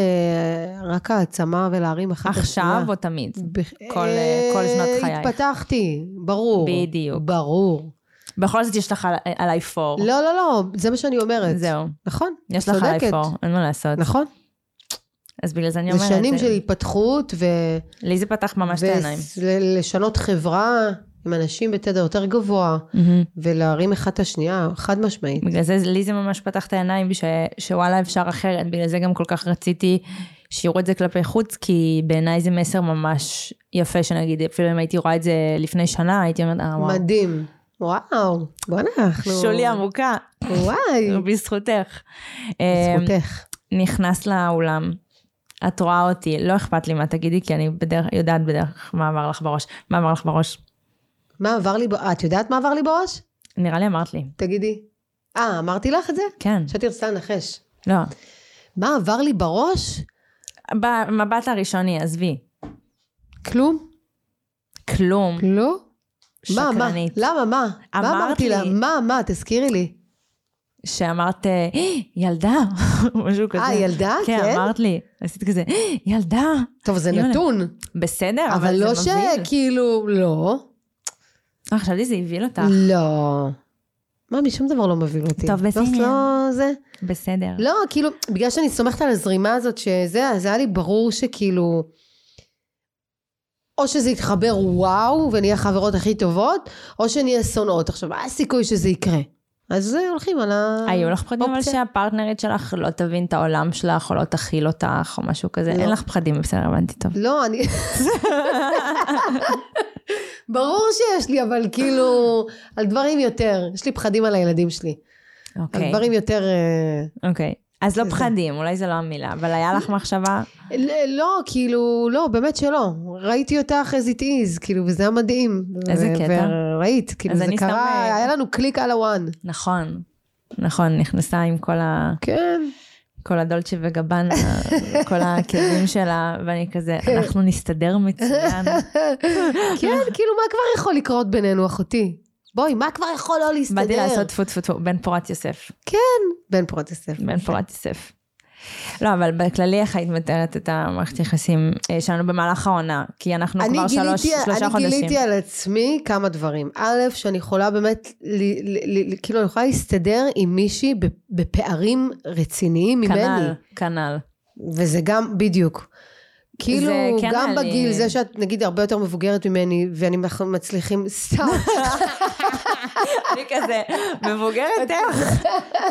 רק העצמה ולהרים אחת השנייה. עכשיו או תמיד? כל שנות חייך. התפתחתי, ברור. בדיוק. ברור. בכל זאת יש לך עליי פור. לא, לא, לא, זה מה שאני אומרת. זהו. נכון. יש לך עליי פור, אין מה לעשות. נכון. אז בגלל זה אני אומרת... זה שנים של התפתחות לי זה פתח ממש את העיניים. ולשנות חברה עם אנשים בתדר יותר גבוה, ולהרים אחד את השנייה, חד משמעית. בגלל זה לי זה ממש פתח את העיניים, שוואלה אפשר אחרת, בגלל זה גם כל כך רציתי שיראו את זה כלפי חוץ, כי בעיניי זה מסר ממש יפה, שנגיד, אפילו אם הייתי רואה את זה לפני שנה, הייתי אומרת, וואו. מדהים. וואו, בוא אנחנו... שולי עמוקה. וואי. בזכותך. בזכותך. נכנס לאולם. את רואה אותי, לא אכפת לי מה תגידי, כי אני יודעת בדרך מה עבר לך בראש. מה עבר לך בראש? מה עבר לי בראש? את יודעת מה עבר לי בראש? נראה לי אמרת לי. תגידי. אמרתי לך את זה? כן. שאתי רצתה לנחש. לא. מה עבר לי בראש? במבט הראשוני, עזבי. כלום? כלום. לא? שקרנית. למה? מה אמרתי לה? מה? תזכירי לי. שאמרת, ילדה, משהו כזה. ילדה? כן. כן, אמרת לי. עשית כזה, ילדה. טוב, זה נתון. בסדר, אבל לא שכאילו, לא. חשבתי זה הביל אותך. לא. מה, משום דבר לא מביל אותי. טוב, בסדר. לא, זה. בסדר. לא, כאילו, בגלל שאני סומכת על הזרימה הזאת, שזה היה לי ברור שכאילו, או שזה יתחבר וואו, ונהיה חברות הכי טובות, או שנהיה שונאות. עכשיו, מה הסיכוי שזה יקרה? אז הולכים על האופציה. היו לך פחדים אבל שהפרטנרית שלך לא תבין את העולם שלך, או לא תכיל אותך, או משהו כזה? אין לך פחדים, בסדר, הבנתי טוב. לא, אני... ברור שיש לי, אבל כאילו, על דברים יותר. יש לי פחדים על הילדים שלי. על דברים יותר... אוקיי. אז לא פחדים, אולי זה לא המילה, אבל היה לך מחשבה? לא, כאילו, לא, באמת שלא. ראיתי אותך as it is, כאילו, וזה היה מדהים. איזה קטע. וראית, כאילו, זה קרה, היה לנו קליק על הוואן. נכון, נכון, נכנסה עם כל ה... כן. כל הדולצ'ה וגבנה, כל הכאבים שלה, ואני כזה, אנחנו נסתדר מצוין. כן, כאילו, מה כבר יכול לקרות בינינו, אחותי? בואי, מה כבר יכול לא להסתדר? באתי לעשות טפו, בן פורת יוסף. כן, בן פורת יוסף. בן פורת יוסף. לא, אבל בכללי איך היית מתארת את המערכת יחסים שלנו במהלך העונה? כי אנחנו כבר 3 חודשים. אני גיליתי על עצמי כמה דברים. א', שאני יכולה באמת, כאילו אני יכולה להסתדר עם מישהי בפערים רציניים ממני. כנ"ל. וזה גם בדיוק. כאילו גם בגיל זה שאת נגיד הרבה יותר מבוגרת ממני, ואני מצליחים סתם. אני כזה, מבוגרת איך?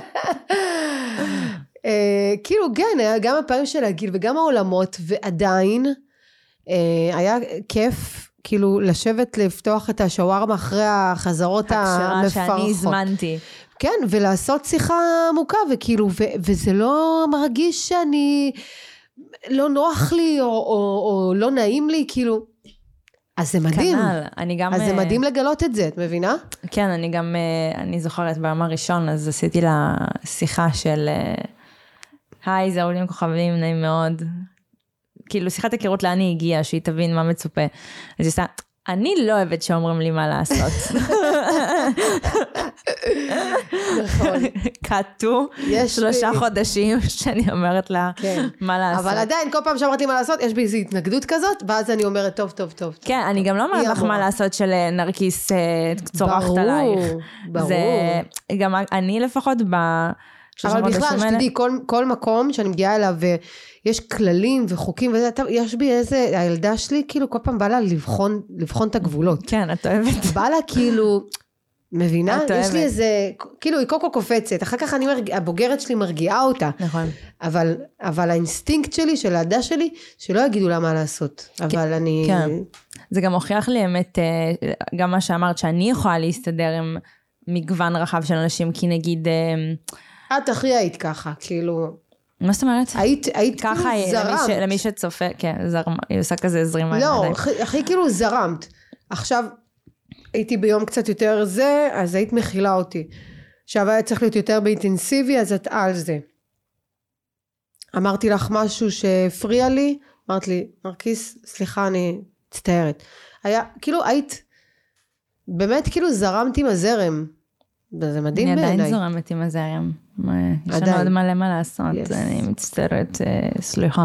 כאילו כן, גם הפעמים של הגיל וגם העולמות, ועדיין היה כיף כאילו לשבת לפתוח את השווארמה אחרי החזרות המפרכות. הקשרה שאני הזמנתי. כן, ולעשות שיחה עמוקה, וכאילו, וזה לא מרגיש שאני לא נוח לי או לא נעים לי, כאילו, אז זה מדהים. כנ"ל, אני גם... אז זה מדהים לגלות את זה, את מבינה? כן, אני גם, אני זוכרת ביום הראשון, אז עשיתי לה שיחה של, היי, זה עולים כוכבים, נעים מאוד. כאילו, שיחת הכירות לאן היא הגיעה, שהיא תבין מה מצופה. אז היא עושה, אני לא אוהבת שאומרים לי מה לעשות. נכון. קטו 3 חודשים שאני אומרת לה מה לעשות. אבל עדיין, כל פעם שאמרתי מה לעשות, יש בי איזו התנגדות כזאת, ואז אני אומרת, טוב. כן, אני גם לא אומרת לך מה לעשות של נרקיס צורחת עלייך. ברור. גם אני לפחות אבל בכלל, שתדעי, כל מקום שאני מגיעה אליו, ויש כללים וחוקים, יש בי איזה, הילדה שלי, כאילו, כל פעם בא לה לבחון את הגבולות. כן, את אוהבת. בא לה כאילו, מבינה? יש לי איזה, כאילו, היא קוקו קופצת, אחר כך הבוגרת שלי מרגיעה אותה. נכון. אבל האינסטינקט שלי, של העדה שלי, שלא יגידו לה מה לעשות. אבל אני... כן. זה גם הוכיח לי אמת, גם מה שאמרת, שאני יכולה להסתדר עם מגוון רחב של אנשים, כי נגיד... את הכי היית ככה, כאילו... מה זאת אומרת? היית ככה כאילו זרמת. למי שצופה, כן, היא עושה כזה זרימה. לא, הכי כאילו זרמת. עכשיו, הייתי ביום קצת יותר זה, אז היית מכילה אותי. עכשיו היה צריך להיות יותר באינטנסיבי, אז את על זה. אמרתי לך משהו שהפריע לי, אמרת לי, נרקיס, סליחה, אני מצטערת. היה, כאילו היית, באמת כאילו זרמת עם הזרם. זה מדהים בעיניי. אני עדיין זורמת עם הזרם. יש לנו עוד מלא מה לעשות, אני מצטערת, סליחה.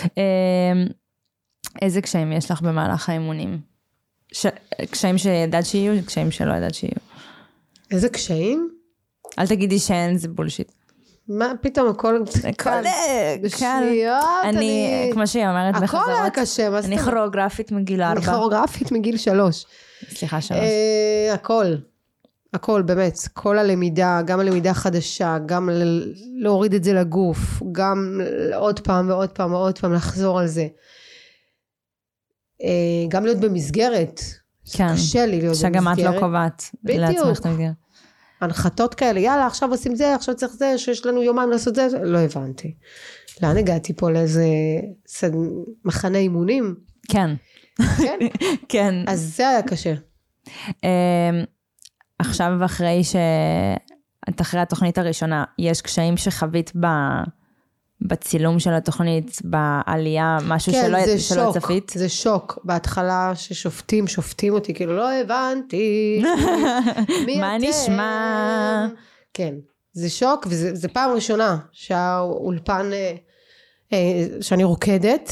איזה קשיים יש לך במהלך האימונים? קשיים שידעת שיהיו, קשיים שלא ידעת שיהיו. איזה קשיים? אל תגידי שאין, זה בולשיט. מה פתאום הכל קל, אני, כמו שהיא אומרת בחזרות, הכל היה קשה, מה זאת אומרת? אני כוריאוגרפית מגיל 4. אני כוריאוגרפית מגיל 3. סליחה 3. הכל באמת, כל הלמידה, גם הלמידה חדשה, גם להוריד את זה לגוף, גם עוד פעם ועוד פעם ועוד פעם לחזור על זה. גם להיות במסגרת, כן. קשה לי להיות במסגרת. שגם את לא קובעת לעצמך את המסגרת. הנחתות כאלה, יאללה עכשיו עושים זה, עכשיו צריך זה, שיש לנו יומיים לעשות זה, לא הבנתי. לאן הגעתי פה לאיזה מחנה אימונים? כן. כן? כן. אז זה היה קשה. עכשיו אחרי שאת אחרי התוכנית הראשונה, יש קשיים שחווית בצילום של התוכנית, בעלייה, משהו שלא צפית? זה שוק. בהתחלה ששופטים אותי, כאילו לא הבנתי. מה נשמע? כן, זה שוק, וזה פעם ראשונה שהאולפן, שאני רוקדת,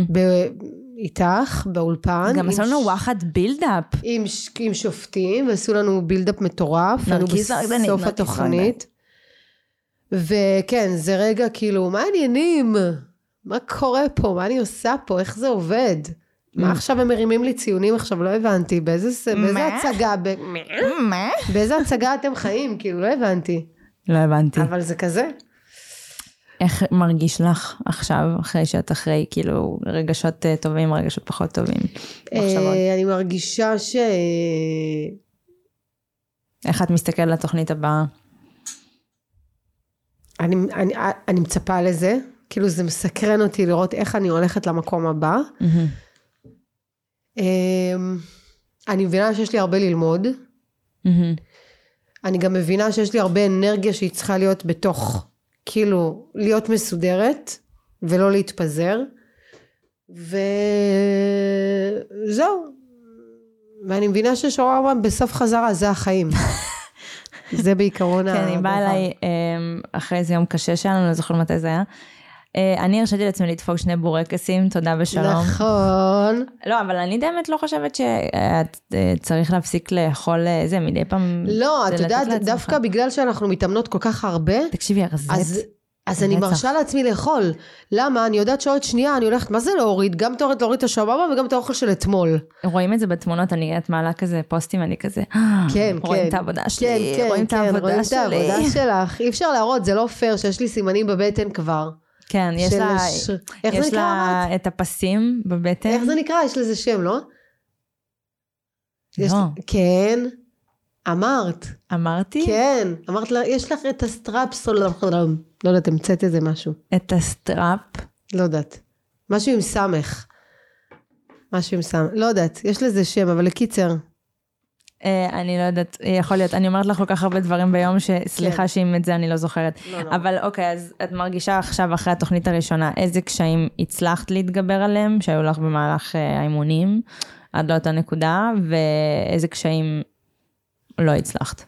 איתך באולפן. גם עשו לנו וואחד בילדאפ. עם שופטים, ועשו לנו בילדאפ מטורף. בסוף התוכנית. וכן, זה רגע כאילו, מה העניינים? מה קורה פה? מה אני עושה פה? איך זה עובד? מה עכשיו הם מרימים לי ציונים עכשיו? לא הבנתי. באיזה הצגה? באיזה הצגה אתם חיים? כאילו, לא הבנתי. לא הבנתי. אבל זה כזה. איך מרגיש לך עכשיו, אחרי שאת אחרי, כאילו, רגשות טובים, רגשות פחות טובים? אני מרגישה איך את מסתכלת לתוכנית הבאה? אני מצפה לזה, כאילו זה מסקרן אותי לראות איך אני הולכת למקום הבא. אני מבינה שיש לי הרבה ללמוד. אני גם מבינה שיש לי הרבה אנרגיה שהיא צריכה להיות בתוך, כאילו להיות מסודרת ולא להתפזר. וזהו. ואני מבינה ששווארמה בסוף חזרה, זה החיים. זה בעיקרון הדבר. כן, אני באה אליי אחרי איזה יום קשה שלנו, לא זוכר מתי זה היה. אני הרשיתי לעצמי לדפוק 2 בורקסים, תודה ושלום. נכון. לא, אבל אני באמת לא חושבת שאת צריך להפסיק לאכול זה, מדי פעם. לא, את יודעת, דווקא בגלל שאנחנו מתאמנות כל כך הרבה. תקשיבי, הרזת. אז אני מרשה לעצמי לאכול. למה? אני יודעת שעוד שנייה, אני הולכת, מה זה להוריד? גם להוריד את השווארמה וגם את האוכל של אתמול. רואים את זה בתמונות, את מעלה כזה פוסטים, אני כזה, כן, רואים את העבודה שלי, רואים את העבודה שלי. רואים את העבודה שלך. אי אפשר להראות, זה לא פייר שיש לי סימנים בבטן כבר. כן, יש לה את הפסים בבטן. איך זה נקרא? יש לזה שם, לא? לא. כן. אמרת. אמרתי? כן. אמרת לה, יש לך את הסטראפ, לא יודעת, המצאת איזה משהו. את הסטראפ? לא יודעת. משהו עם סמך. משהו עם סמך. לא יודעת, יש לזה שם, אבל לקיצר. אני לא יודעת, יכול להיות, אני אומרת לך כל כך הרבה דברים ביום, שסליחה שאם את זה אני לא זוכרת. אבל אוקיי, אז את מרגישה עכשיו אחרי התוכנית הראשונה, איזה קשיים הצלחת להתגבר עליהם, שהיו לך במהלך האימונים, עד לאותה נקודה, ואיזה קשיים לא הצלחת?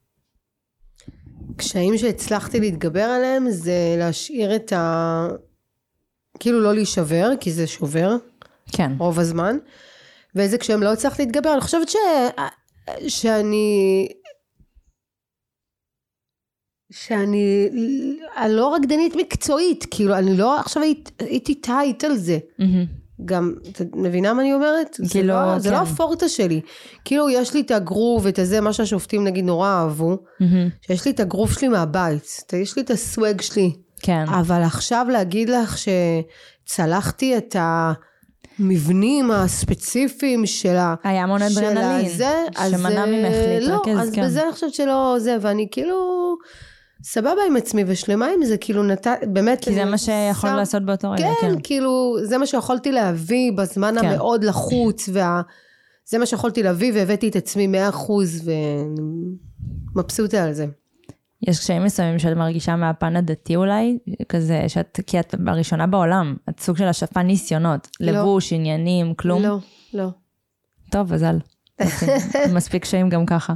קשיים שהצלחתי להתגבר עליהם, זה להשאיר את כאילו לא להישבר, כי זה שובר. כן. רוב הזמן. ואיזה קשיים לא הצלחתי להתגבר, אני חושבת שאני לא רקדנית מקצועית, כאילו אני לא עכשיו הייתי טייט על זה. גם, את מבינה מה אני אומרת? זה לא הפורטה שלי. כאילו יש לי את הגרוב, את הזה, מה שהשופטים נגיד נורא אהבו, שיש לי את הגרוב שלי מהבית, יש לי את הסווג שלי. כן. אבל עכשיו להגיד לך שצלחתי את המבנים הספציפיים של היה המון אדרנלין, שמנע ממך להתרכז. לא, אז בזה אני חושבת שלא זה, ואני כאילו סבבה עם עצמי ושלמה עם זה, כאילו באמת. כי זה מה שיכול לעשות באותו רגע. כן, כאילו זה מה שיכולתי להביא בזמן המאוד לחוץ, זה מה שיכולתי להביא והבאתי את עצמי 100% ומבסוטה על זה. יש קשיים מסוימים שאת מרגישה מהפן הדתי אולי, כזה כי את הראשונה בעולם, את סוג של השפעה ניסיונות, לבוש, עניינים, כלום? לא, לא. טוב, אז מספיק קשיים גם ככה.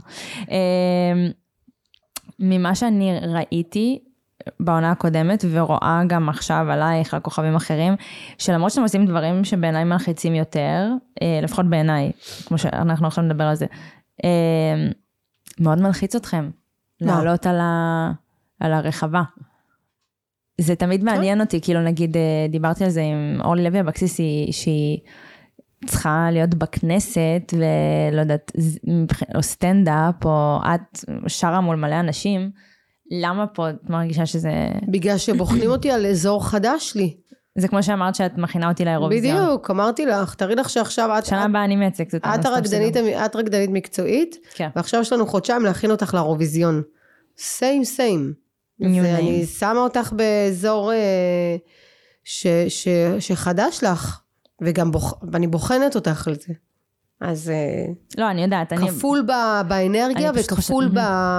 ממה שאני ראיתי בעונה הקודמת, ורואה גם עכשיו עלייך, על כוכבים אחרים, שלמרות שאתם עושים דברים שבעיניי מלחיצים יותר, לפחות בעיניי, כמו שאנחנו עכשיו נדבר על זה, מאוד מלחיץ אתכם. לעלות על הרחבה. זה תמיד מעניין אותי, כאילו נגיד, דיברתי על זה עם אורלי לוי אבקסיס, שהיא צריכה להיות בכנסת, ולא יודעת, או סטנדאפ, או את שרה מול מלא אנשים, למה פה את מרגישה שזה... בגלל שבוחנים אותי על אזור חדש לי. זה כמו שאמרת שאת מכינה אותי לאירוויזיון. בדיוק, אמרתי לך, תראי לך שעכשיו את... שנה הבאה אני מייצגת אותה. את רקדנית מקצועית, כן. ועכשיו יש לנו חודשיים להכין אותך לאירוויזיון. סיים. אני שמה אותך באזור שחדש לך, וגם אני בוחנת אותך על זה. אז... לא, אני יודעת. כפול באנרגיה וכפול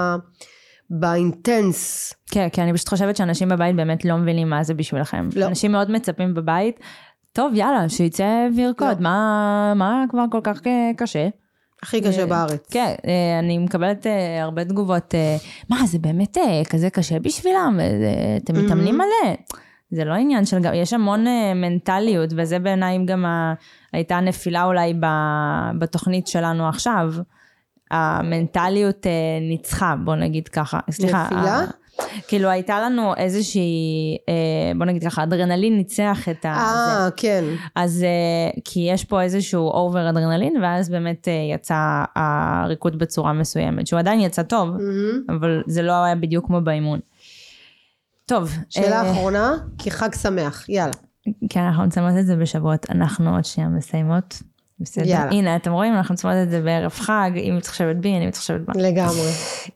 באינטנס. כן, כי אני פשוט חושבת שאנשים בבית באמת לא מבינים מה זה בשבילכם. לא. אנשים מאוד מצפים בבית, טוב יאללה, שיצא וירקוד, מה כבר כל כך קשה? הכי קשה בארץ. כן, אני מקבלת הרבה תגובות, מה זה באמת כזה קשה בשבילם? אתם מתאמנים מלא? זה לא עניין של, יש המון מנטליות, וזה בעיניי גם הייתה נפילה אולי בתוכנית שלנו עכשיו, המנטליות ניצחה, בוא נגיד ככה. סליחה. נפילה? כאילו הייתה לנו איזושהי, בוא נגיד ככה, אדרנלין ניצח את זה. כן. אז, כי יש פה איזשהו אובר אדרנלין, ואז באמת יצא הריקוד בצורה מסוימת, שהוא עדיין יצא טוב, אבל זה לא היה בדיוק כמו באימון. טוב. שאלה אחרונה, כי חג שמח, יאללה. כן, אנחנו נסיימות את זה בשבועות, אנחנו עוד שנייה מסיימות. בסדר. יאללה. הנה, אתם רואים, אנחנו נסיימות את זה בערב חג, אם מתחשבת בי, אני מתחשבת בה. לגמרי.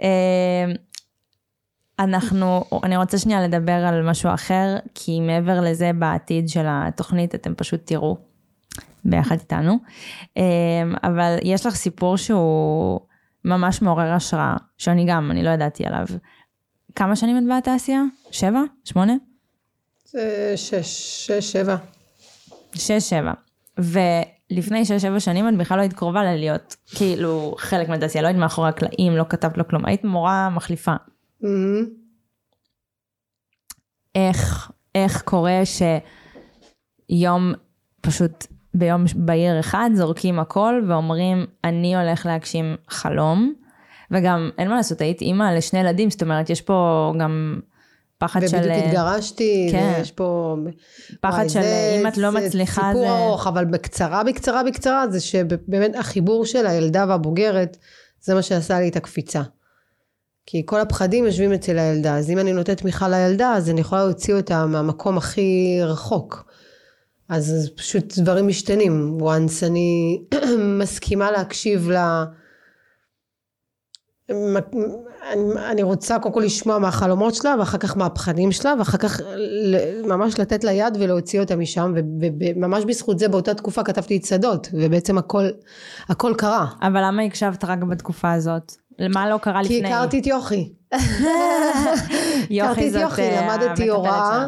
אני רוצה שנייה לדבר על משהו אחר, כי מעבר לזה בעתיד של התוכנית, אתם פשוט תראו ביחד איתנו. אבל יש לך סיפור שהוא ממש מעורר השראה, אני לא ידעתי עליו. כמה שנים את בתעשייה? 7? 8? 6, 7. 6, 7. ולפני 6, 7 שנים את בכלל לא היית קרובה ללהיות, כאילו חלק מהתעשייה, לא היית מאחורי הקלעים, לא כתבת לו כלום, היית מורה מחליפה. איך קורה שיום פשוט ביום בהיר אחד זורקים הכל ואומרים אני הולך להגשים חלום, וגם אין מה לעשות, היית אימא לשני ילדים, זאת אומרת יש פה גם פחד של... ובדיוק התגרשתי, כן. ויש פה... פחד של אם את לא מצליחה... זה סיפור ארוך, אבל בקצרה, זה שבאמת החיבור של הילדה והבוגרת, זה מה שעשה לי את הקפיצה. כי כל הפחדים יושבים אצל הילדה, אז אם אני נותנת תמיכה לילדה, אז אני יכולה להוציא אותה מהמקום הכי רחוק. אז פשוט דברים משתנים. once אני מסכימה להקשיב אני רוצה קודם כל לשמוע מהחלומות שלה, ואחר כך מהפחדים שלה, ואחר כך ממש לתת לה יד ולהוציא אותה משם, וממש בזכות זה באותה תקופה כתבתי את שדות, ובעצם הכל קרה. אבל למה הקשבת רק בתקופה הזאת? למה לא קרה לפני? כי הכרתי את יוכי. יוכי זאת למדתי הוראה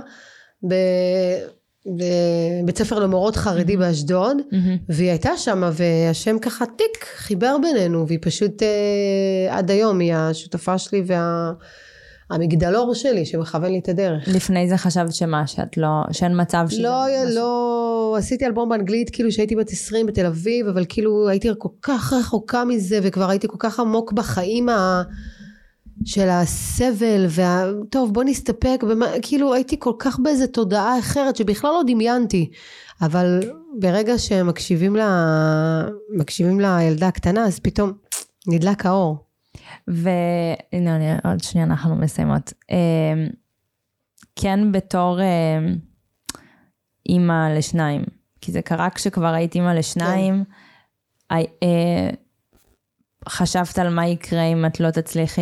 בבית ספר למורות חרדי באשדוד, והיא הייתה שם, והשם ככה טיק חיבר בינינו, והיא פשוט עד היום היא השותפה שלי והמגדלור שלי שמכוון לי את הדרך. לפני זה חשבת שאת לא, שאין מצב שזה... לא, עשיתי אלבום באנגלית כאילו שהייתי בת 20 בתל אביב, אבל כאילו הייתי כל כך רחוקה מזה, וכבר הייתי כל כך עמוק בחיים של הסבל, טוב בוא נסתפק, כאילו הייתי כל כך באיזו תודעה אחרת שבכלל לא דמיינתי, אבל ברגע שמקשיבים לילדה הקטנה, אז פתאום נדלק האור. והנה עוד שנייה אנחנו מסיימות. כן בתור אימא לשניים, כי זה קרה כשכבר הייתי אימא לשניים, חשבת על מה יקרה אם את לא תצליחי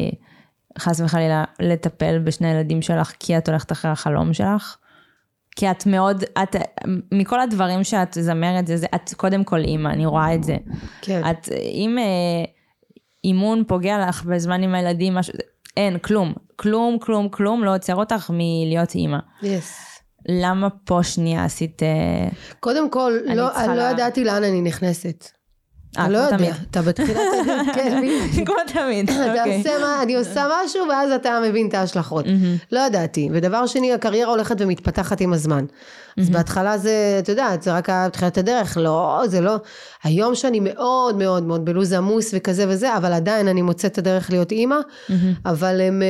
חס וחלילה לטפל בשני ילדים שלך, כי את הולכת אחרי החלום שלך? כי את מאוד, מכל הדברים שאת זמרת, את קודם כל אימא, אני רואה את זה. כן. אם אימון פוגע לך בזמן עם הילדים, אין, כלום לא עוצר אותך מלהיות אימא. למה פה שנייה עשית... קודם כל, לא ידעתי לאן אני נכנסת. לא יודע, אתה בתחילת כן, כמו תמיד. אני עושה משהו ואז אתה מבין את ההשלכות. לא ידעתי. ודבר שני, הקריירה הולכת ומתפתחת עם הזמן. אז בהתחלה זה, אתה יודע, זה רק בתחילת הדרך. לא, זה לא. היום שאני מאוד מאוד מאוד בלוז עמוס וכזה וזה, אבל עדיין אני מוצאת את הדרך להיות אימא. אבל הם...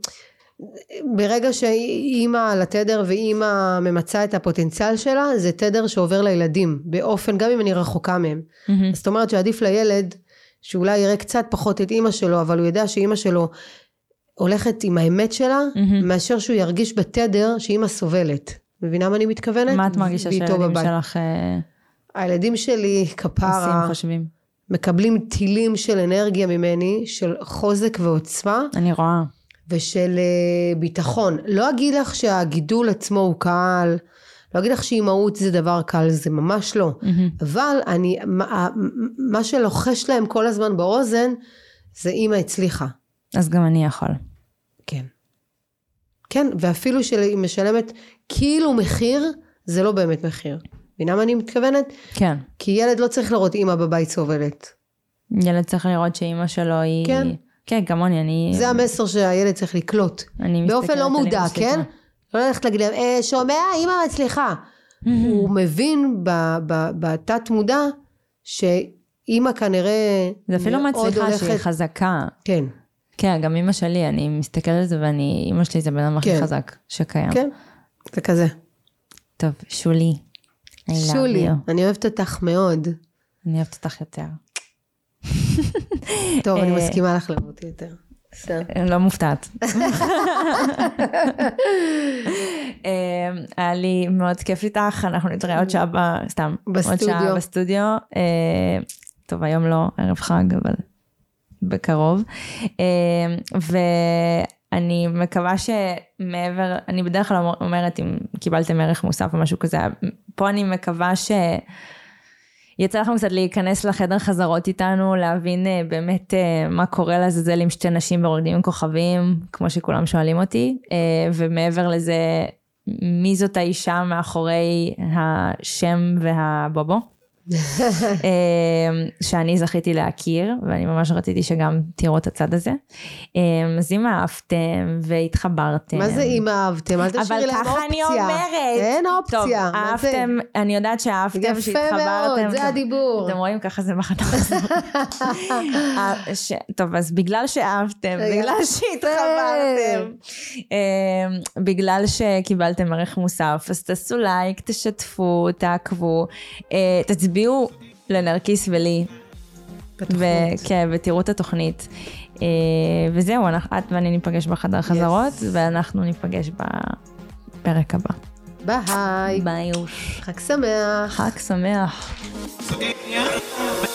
ברגע שאימא על התדר ואימא ממצא את הפוטנציאל שלה, זה תדר שעובר לילדים, באופן, גם אם אני רחוקה מהם. זאת אומרת שעדיף לילד, שאולי יראה קצת פחות את אימא שלו, אבל הוא יודע שאימא שלו הולכת עם האמת שלה, מאשר שהוא ירגיש בתדר שאימא סובלת. מבינה מה אני מתכוונת? מה את מרגישה שהילדים שלך... הילדים שלי כפרה, מקבלים טילים של אנרגיה ממני, של חוזק ועוצמה. אני רואה. ושל ביטחון. לא אגיד לך שהגידול עצמו הוא קל, לא אגיד לך שאימהות זה דבר קל, זה ממש לא. אבל מה שלוחש להם כל הזמן באוזן, זה אימא הצליחה. אז גם אני יכול. כן. כן, ואפילו שהיא משלמת כאילו מחיר, זה לא באמת מחיר. מבינה מה אני מתכוונת? כן. כי ילד לא צריך לראות אימא בבית סובלת. ילד צריך לראות שאימא שלו היא... כן. כן, כמוני, זה המסר שהילד צריך לקלוט. באופן לא מודע, כן? לא הולכת להגיד להם, שומע, אמא מצליחה. הוא מבין בתת מודע, שאמא כנראה... זה אפילו מצליחה שהיא חזקה. כן. כן, גם אמא שלי, אני מסתכלת על זה, אמא שלי זה בן אדם הכי חזק שקיים. כן, זה כזה. טוב, שולי. שולי, אני אוהבת אותך מאוד. אני אוהבת אותך יותר. טוב, אני מסכימה לך למות יותר. לא מופתעת. היה לי מאוד כיף איתך, אנחנו נתראה עוד שעה בסטודיו. טוב, היום לא, ערב חג, אבל בקרוב. ואני מקווה שמעבר, אני בדרך כלל אומרת, אם קיבלתם ערך מוסף או משהו כזה, פה אני מקווה יצא לכם קצת להיכנס לחדר חזרות איתנו, להבין באמת מה קורה לזלזל עם שתי נשים ורוקדים עם כוכבים, כמו שכולם שואלים אותי, ומעבר לזה, מי זאת האישה מאחורי השם והבובו, שאני זכיתי להכיר, ואני ממש רציתי שגם תראו את הצד הזה. אז אם אהבתם והתחברתם. מה זה אם אהבתם? אל תשאירי להם אופציה. אבל ככה אני אומרת. אין אופציה. טוב, אהבתם, אני יודעת שאהבתם, שהתחברתם. יפה מאוד, זה הדיבור. אתם רואים ככה זה בחדר. טוב, אז בגלל שאהבתם, בגלל שהתחברתם, בגלל שקיבלתם ערך מוסף, אז תעשו לייק, תשתפו, תעקבו, תצביעו לנרקיס ולי, ותראו את התוכנית. וזהו, את ואני ניפגש בחדר חזרות, ואנחנו ניפגש בפרק הבא. ביי. ביי. חג שמח. חג שמח.